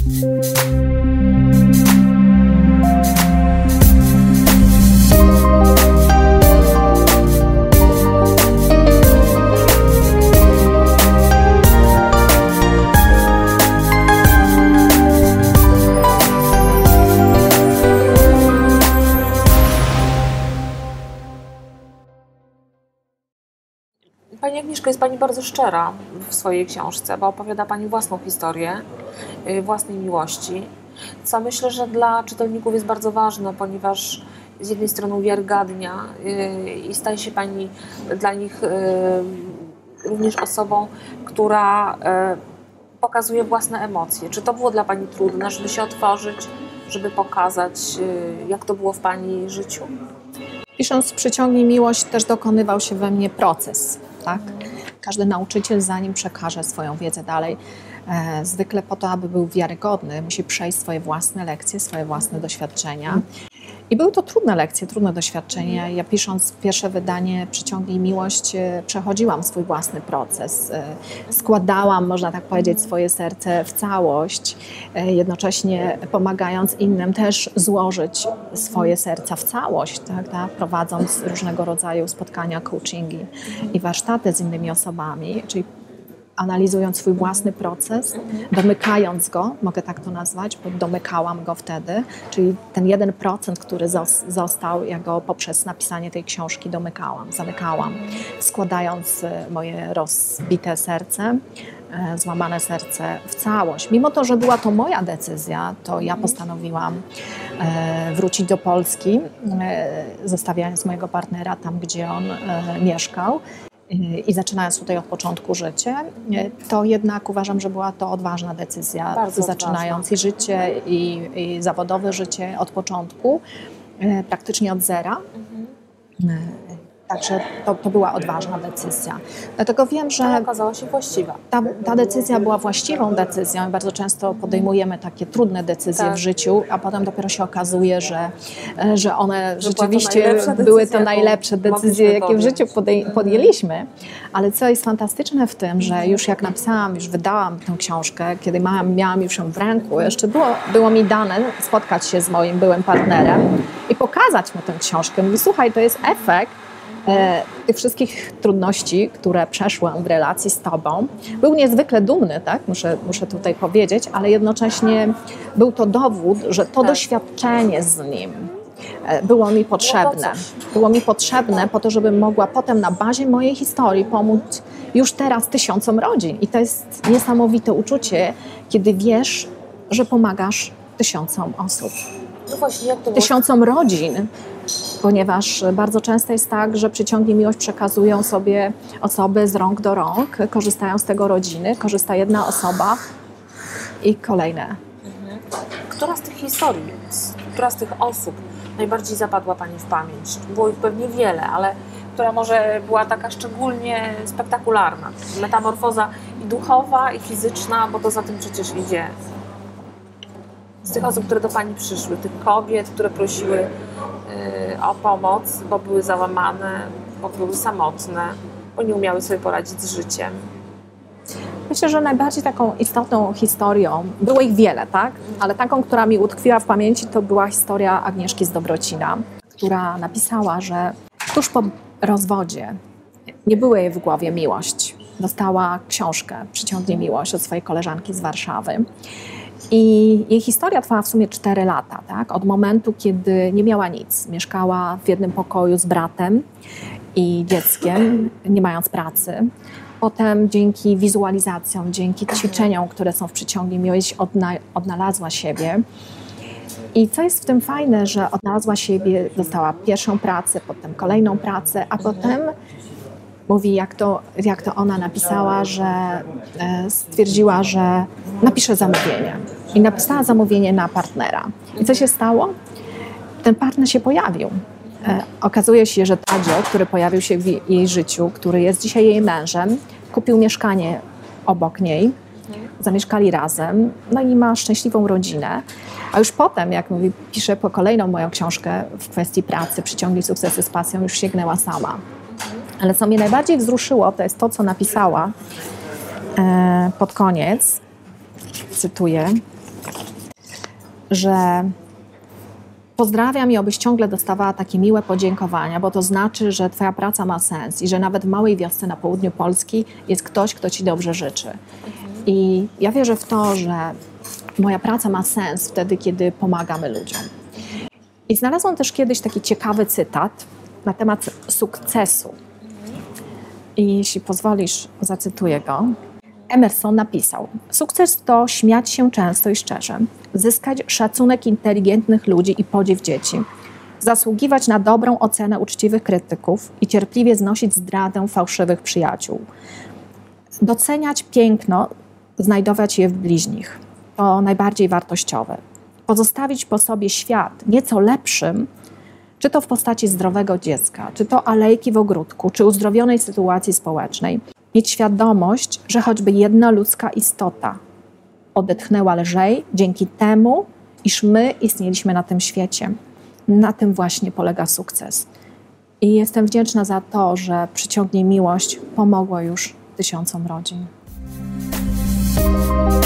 Pani Agnieszko, jest Pani bardzo szczera w swojej książce, bo opowiada Pani własną historię, własnej miłości, co myślę, że dla czytelników jest bardzo ważne, ponieważ z jednej strony uwiarygadnia i staje się Pani dla nich również osobą, która pokazuje własne emocje. Czy to było dla Pani trudne, żeby się otworzyć, żeby pokazać, jak to było w Pani życiu? Pisząc Przyciągnij miłość też dokonywał się we mnie proces. Tak? Każdy nauczyciel, zanim przekaże swoją wiedzę dalej, zwykle po to, aby był wiarygodny, musi przejść swoje własne lekcje, swoje własne doświadczenia. I były to trudne lekcje, trudne doświadczenia. Ja pisząc pierwsze wydanie Przyciągnij miłość, przechodziłam swój własny proces. Składałam, można tak powiedzieć, swoje serce w całość, jednocześnie pomagając innym też złożyć swoje serca w całość, tak? Prowadząc różnego rodzaju spotkania, coachingi i warsztaty z innymi osobami, czyli analizując swój własny proces, domykając go, mogę tak to nazwać, bo domykałam go wtedy, czyli ten 1%, który został, ja go poprzez napisanie tej książki zamykałam, składając moje rozbite serce, złamane serce w całość. Mimo to, że była to moja decyzja, to ja postanowiłam wrócić do Polski, zostawiając mojego partnera tam, gdzie on mieszkał. I zaczynając tutaj od początku życie, to jednak uważam, że była to odważna decyzja, bardzo zaczynając odważna. i życie, i zawodowe życie od początku, praktycznie od zera. Także to była odważna decyzja. Dlatego wiem, że Ale okazała się właściwa. ta decyzja była właściwą decyzją. Bardzo często podejmujemy takie trudne decyzje w życiu, a potem dopiero się okazuje, że one rzeczywiście były to najlepsze decyzje, jakie w życiu podjęliśmy. Ale co jest fantastyczne w tym, że już jak napisałam, już wydałam tę książkę, kiedy miałam już ją w ręku, jeszcze było mi dane spotkać się z moim byłym partnerem i pokazać mu tę książkę. Mówi, słuchaj, to jest efekt tych wszystkich trudności, które przeszłam w relacji z Tobą. Był niezwykle dumny, tak? Muszę tutaj powiedzieć, ale jednocześnie był to dowód, że to doświadczenie z nim było mi potrzebne. Było mi potrzebne po to, żebym mogła potem na bazie mojej historii pomóc już teraz tysiącom rodzin. I to jest niesamowite uczucie, kiedy wiesz, że pomagasz tysiącom osób. No właśnie, jak to było? Tysiącom rodzin, ponieważ bardzo często jest tak, że Przyciągnij miłość przekazują sobie osoby z rąk do rąk, korzystają z tego rodziny, korzysta jedna osoba i kolejne. Która z tych historii, która z tych osób najbardziej zapadła Pani w pamięć? Było ich pewnie wiele, ale która może była taka szczególnie spektakularna? Metamorfoza i duchowa, i fizyczna, bo to za tym przecież idzie. Z tych osób, które do Pani przyszły, tych kobiet, które prosiły o pomoc, bo były załamane, bo były samotne, bo nie umiały sobie poradzić z życiem. Myślę, że najbardziej taką istotną historią, było ich wiele, tak? Ale taką, która mi utkwiła w pamięci, to była historia Agnieszki z Dobrocina, która napisała, że tuż po rozwodzie nie było jej w głowie miłość. Dostała książkę Przyciągnij miłość od swojej koleżanki z Warszawy. I jej historia trwała w sumie 4 lata, tak? Od momentu, kiedy nie miała nic. Mieszkała w jednym pokoju z bratem i dzieckiem, nie mając pracy. Potem dzięki wizualizacjom, dzięki ćwiczeniom, które są w Przyciągnij miłość, odnalazła siebie. I co jest w tym fajne, że odnalazła siebie, dostała pierwszą pracę, potem kolejną pracę, a potem mówi, jak to ona napisała, że stwierdziła, że napisze zamówienie. I napisała zamówienie na partnera. I co się stało? Ten partner się pojawił. Okazuje się, że Tadzio, który pojawił się w jej życiu, który jest dzisiaj jej mężem, kupił mieszkanie obok niej, zamieszkali razem, no i ma szczęśliwą rodzinę. A już potem, jak mówi, pisze po kolejną moją książkę w kwestii pracy, Przyciągnij sukcesy z pasją, już sięgnęła sama. Ale co mnie najbardziej wzruszyło, to jest to, co napisała pod koniec. Cytuję. że pozdrawiam i obyś ciągle dostawała takie miłe podziękowania, bo to znaczy, że twoja praca ma sens i że nawet w małej wiosce na południu Polski jest ktoś, kto ci dobrze życzy. I ja wierzę w to, że moja praca ma sens wtedy, kiedy pomagamy ludziom. I znalazłam też kiedyś taki ciekawy cytat na temat sukcesu. I jeśli pozwolisz, zacytuję go. Emerson napisał: sukces to śmiać się często i szczerze, zyskać szacunek inteligentnych ludzi i podziw dzieci, zasługiwać na dobrą ocenę uczciwych krytyków i cierpliwie znosić zdradę fałszywych przyjaciół. Doceniać piękno, znajdować je w bliźnich. To najbardziej wartościowe. Pozostawić po sobie świat nieco lepszym, czy to w postaci zdrowego dziecka, czy to alejki w ogródku, czy uzdrowionej sytuacji społecznej. Mieć świadomość, że choćby jedna ludzka istota odetchnęła lżej dzięki temu, iż my istnieliśmy na tym świecie. Na tym właśnie polega sukces. I jestem wdzięczna za to, że Przyciągnij Miłość pomogło już tysiącom rodzin.